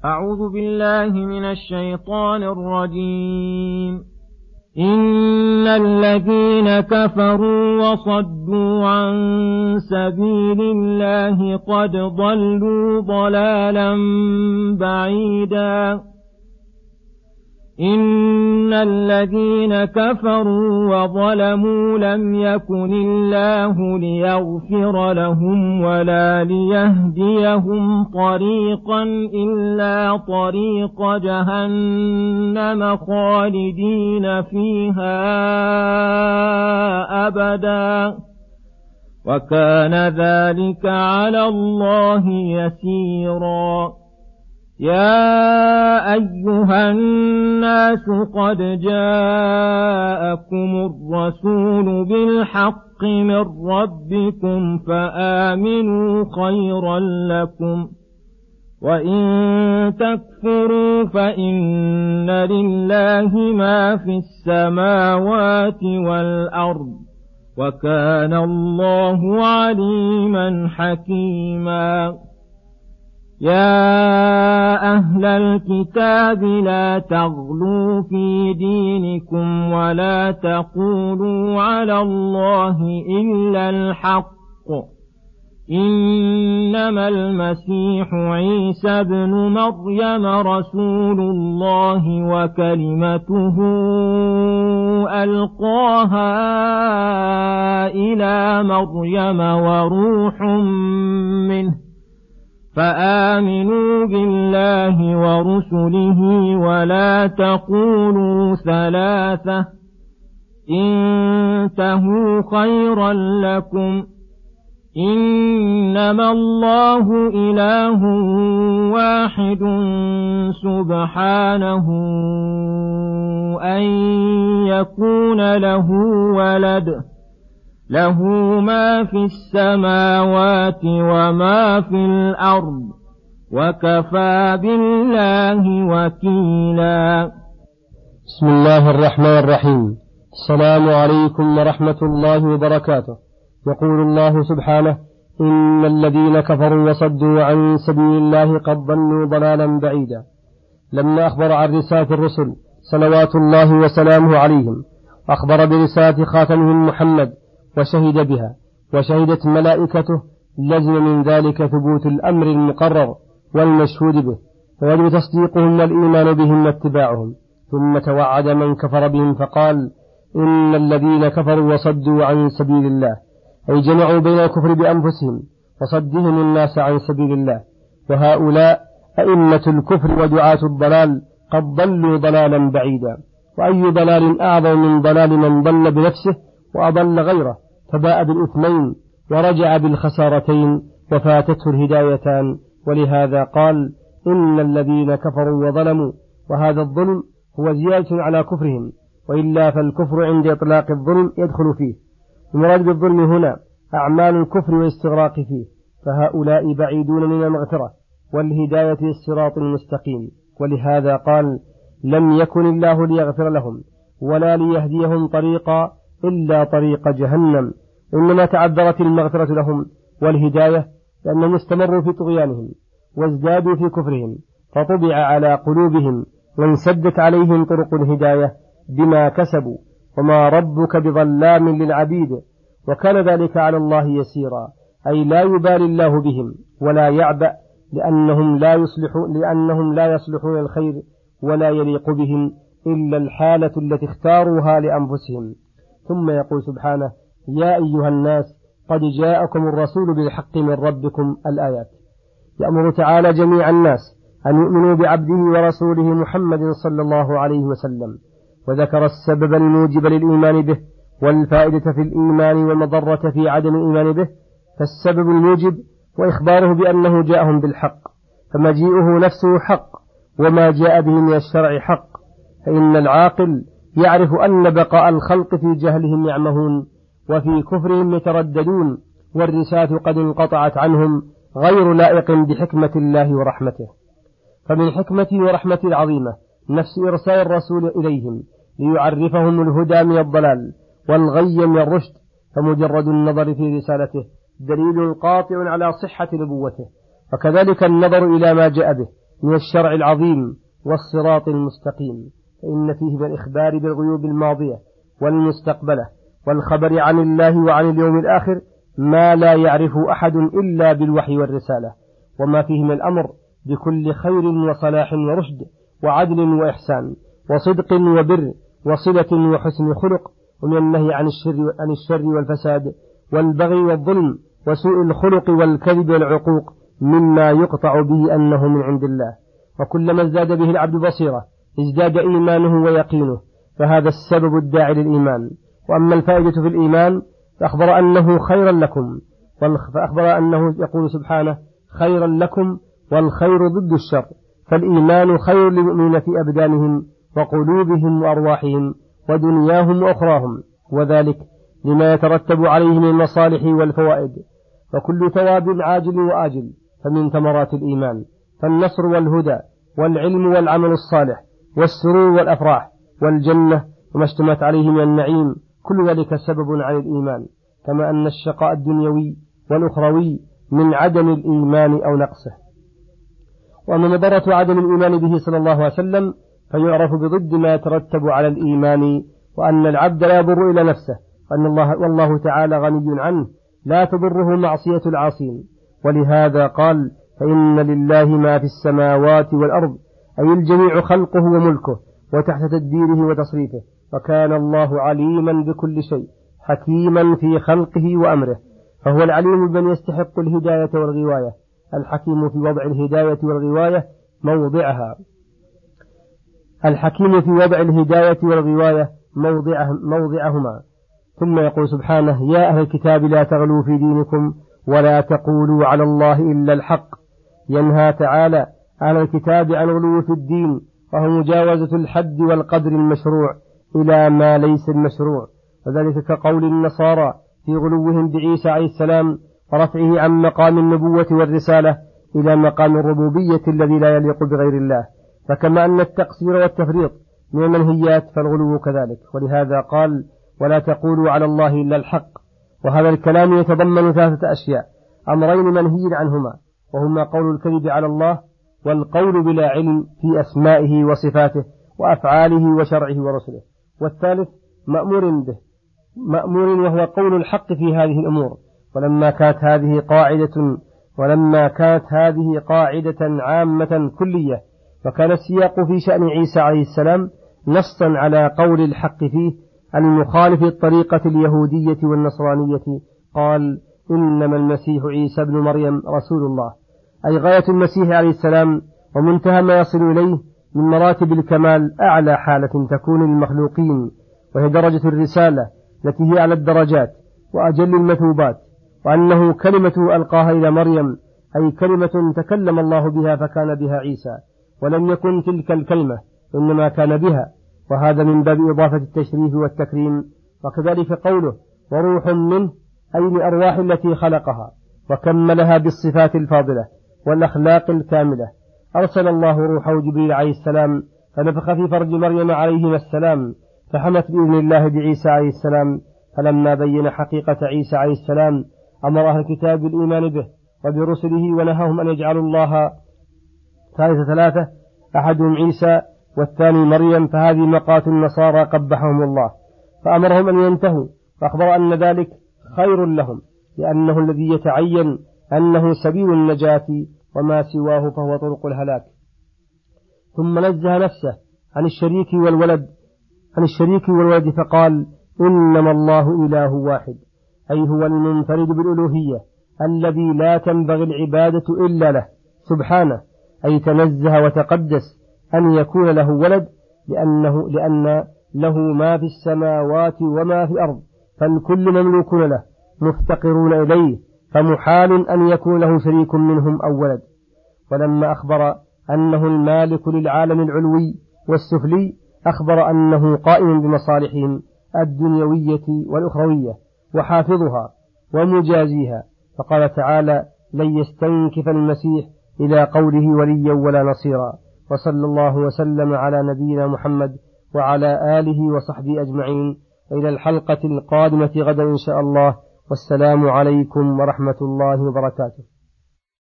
أعوذ بالله من الشيطان الرجيم. إن الذين كفروا وصدوا عن سبيل الله قد ضلوا ضلالا بعيدا. إن الذين كفروا وظلموا لم يكن الله ليغفر لهم ولا ليهديهم طريقا إلا طريق جهنم خالدين فيها أبدا، وكان ذلك على الله يسيرا. يا أيها الناس قد جاءكم الرسول بالحق من ربكم فآمنوا خيرا لكم، وإن تكفروا فإن لله ما في السماوات والأرض، وكان الله عليما حكيما. يا أهل الكتاب لا تغلوا في دينكم ولا تقولوا على الله إلا الحق، إنما المسيح عيسى ابن مريم رسول الله وكلمته ألقاها إلى مريم وروح منه، فآمنوا بالله ورسله ولا تقولوا ثلاثة، انتهوا خيرا لكم، إنما الله إله واحد سبحانه أن يكون له ولد، له ما في السماوات وما في الأرض، وكفى بالله وكيلا. بسم الله الرحمن الرحيم. السلام عليكم ورحمة الله وبركاته. يقول الله سبحانه: إن الذين كفروا وصدوا عن سبيل الله قد ضلوا ضلالا بعيدا. لما أخبر عن رسالة الرسل صلوات الله وسلامه عليهم، أخبر برسالة خاتمهم محمد وشهد بها، وشهدت ملائكته، لزم من ذلك ثبوت الأمر المقرر والمشهود به، ويجب تصديقهم والإيمان بهم واتباعهم. ثم توعد من كفر بهم فقال: إن الذين كفروا وصدوا عن سبيل الله، أي جمعوا بين الكفر بأنفسهم وصدهم الناس عن سبيل الله، وهؤلاء أئمة الكفر ودعاة الضلال قد ضلوا ضلالا بعيدا. وأي ضلال أعظم من ضلال من ضل بنفسه وأضل غيره، فباء بالإثمين ورجع بالخسارتين وفاتته الهدايتان. ولهذا قال: إن الذين كفروا وظلموا، وهذا الظلم هو زيادة على كفرهم، وإلا فالكفر عند إطلاق الظلم يدخل فيه. المراد بالظلم هنا أعمال الكفر والاستغراق فيه، فهؤلاء بعيدون من المغفرة والهداية للصراط المستقيم. ولهذا قال: لم يكن الله ليغفر لهم ولا ليهديهم طريقا إلا طريق جهنم. إنما تعذرت المغفرة لهم والهداية لأنهم استمروا في طغيانهم وازدادوا في كفرهم، فطبع على قلوبهم وانسدت عليهم طرق الهداية بما كسبوا، وما ربك بظلام للعبيد، وكان ذلك على الله يسيرا. أي لا يبالي الله بهم ولا يعبأ، لأنهم لا يصلحون الخير ولا يليق بهم إلا الحالة التي اختاروها لأنفسهم. ثم يقول سبحانه: يا أيها الناس قد جاءكم الرسول بالحق من ربكم. الآيات. يأمر تعالى جميع الناس أن يؤمنوا بعبده ورسوله محمد صلى الله عليه وسلم، وذكر السبب الموجب للإيمان به والفائدة في الإيمان والمضرة في عدم الإيمان به. فالسبب الموجب وإخباره بأنه جاءهم بالحق، فمجيئه نفسه حق، وما جاء به من الشرع حق. فإن العاقل يعرف أن بقاء الخلق في جهلهم يعمهون وفي كفرهم يترددون، والرسالة قد انقطعت عنهم، غير لائق بحكمة الله ورحمته. فمن حكمته ورحمته العظيمة نفس إرسال الرسول إليهم ليعرفهم الهدى من الضلال والغي من الرشد، فمجرد النظر في رسالته دليل قاطع على صحة نبوته، وكذلك النظر إلى ما جاء به من الشرع العظيم والصراط المستقيم، فإن فيه من الإخبار بالغيوب الماضية والمستقبلة والخبر عن الله وعن اليوم الآخر ما لا يعرفه أحد إلا بالوحي والرسالة، وما فيه من الأمر بكل خير وصلاح ورشد وعدل وإحسان وصدق وبر وصلة وحسن خلق، ومن النهي عن الشر والفساد والبغي والظلم وسوء الخلق والكذب والعقوق مما يقطع به أنه من عند الله. وكلما ازداد به العبد بصيرة ازداد إيمانه ويقينه، فهذا السبب الداعي للإيمان. وأما الفائدة في الإيمان فأخبر أنه خيرا لكم، فأخبر أنه يقول سبحانه خيرا لكم والخير ضد الشر، فالإيمان خير للمؤمنين في أبدانهم وقلوبهم وأرواحهم ودنياهم وأخراهم، وذلك لما يترتب عليه من المصالح والفوائد. وكل ثواب عاجل وآجل فمن ثمرات الإيمان، فالنصر والهدى والعلم والعمل الصالح والسرور والأفراح والجنة وما اشتمت عليه من النعيم، كل ذلك سبب عن الإيمان، كما أن الشقاء الدنيوي والأخروي من عدم الإيمان أو نقصه. وأما مضرة عدم الإيمان به صلى الله عليه وسلم فيعرف بضد ما يترتب على الإيمان، وأن العبد لا يضر إلى نفسه، وأن والله تعالى غني عنه لا تضره معصية العاصين. ولهذا قال فإن لله ما في السماوات والأرض، أي الجميع خلقه وملكه وتحت تدبيره وتصريفه، وكان الله عليما بكل شيء حكيما في خلقه وأمره، فهو العليم بمن يستحق الهداية والغواية، الحكيم في وضع الهداية والغواية موضعها، الحكيم في وضع الهداية والغواية موضعهما. ثم يقول سبحانه يا أهل الكتاب لا تغلوا في دينكم ولا تقولوا على الله إلا الحق، ينهى تعالى أهل الكتاب عن غلو في الدين، وهو مجاوزة الحد والقدر المشروع إلى ما ليس المشروع، وذلك كقول النصارى في غلوهم بعيسى عليه السلام ورفعه عن مقام النبوة والرسالة إلى مقام الربوبية الذي لا يليق بغير الله. فكما أن التقصير والتفريط من المنهيات فالغلو كذلك، ولهذا قال ولا تقولوا على الله إلا الحق. وهذا الكلام يتضمن ثلاثة أشياء، أمرين منهي عنهما، وهما قول الكذب على الله والقول بلا علم في أسمائه وصفاته وأفعاله وشرعه ورسله، والثالث مأمور به مأمور وهو قول الحق في هذه الأمور. ولما كانت هذه قاعدة عامة كلية، وكان السياق في شأن عيسى عليه السلام نصا على قول الحق فيه المخالف الطريقة اليهودية والنصرانية، قال إنما المسيح عيسى ابن مريم رسول الله، أي غاية المسيح عليه السلام ومنتهى ما يصل إليه من مراتب الكمال، أعلى حالة تكون للمخلوقين، وهي درجة الرسالة التي هي على الدرجات وأجل المثوبات، وأنه كلمته ألقاها إلى مريم، أي كلمة تكلم الله بها فكان بها عيسى، ولم يكن تلك الكلمة إنما كان بها، وهذا من باب إضافة التشريف والتكريم. وكذلك قوله وروح منه، أي لأرواح التي خلقها وكملها بالصفات الفاضلة والأخلاق الكاملة. أرسل الله روحه جبريل عليه السلام فنفخ في فرج مريم عليهما السلام، فحمت بإذن الله بعيسى عليه السلام. فلما بين حقيقة عيسى عليه السلام أمر أهل الكتاب بالإيمان به وبرسله، ونهاهم أن يجعلوا الله ثالث ثلاثة، أحدهم عيسى والثاني مريم، فهذه مقات النصارى قبحهم الله، فأمرهم أن ينتهوا، فأخبر أن ذلك خير لهم، لأنه الذي يتعين أنه سبيل النجاة، وما سواه فهو طرق الهلاك. ثم نزه نفسه عن الشريك والولد فقال إنما الله إله واحد، أي هو المنفرد بالألوهية الذي لا تنبغي العبادة إلا له سبحانه، أي تنزه وتقدس أن يكون له ولد، لأن له ما في السماوات وما في الأرض، فالكل مملوك له مفتقرون إليه، فمحال أن يكون له شريك منهم أو ولد. ولما أخبر أنه المالك للعالم العلوي والسفلي، أخبر أنه قائم بمصالحهم الدنيوية والأخروية وحافظها ومجازيها، فقال تعالى لن يستنكف المسيح إلى قوله وليا ولا نصيرا. وصلى الله وسلم على نبينا محمد وعلى آله وصحبه أجمعين، إلى الحلقة القادمة غدا إن شاء الله، والسلام عليكم ورحمة الله وبركاته.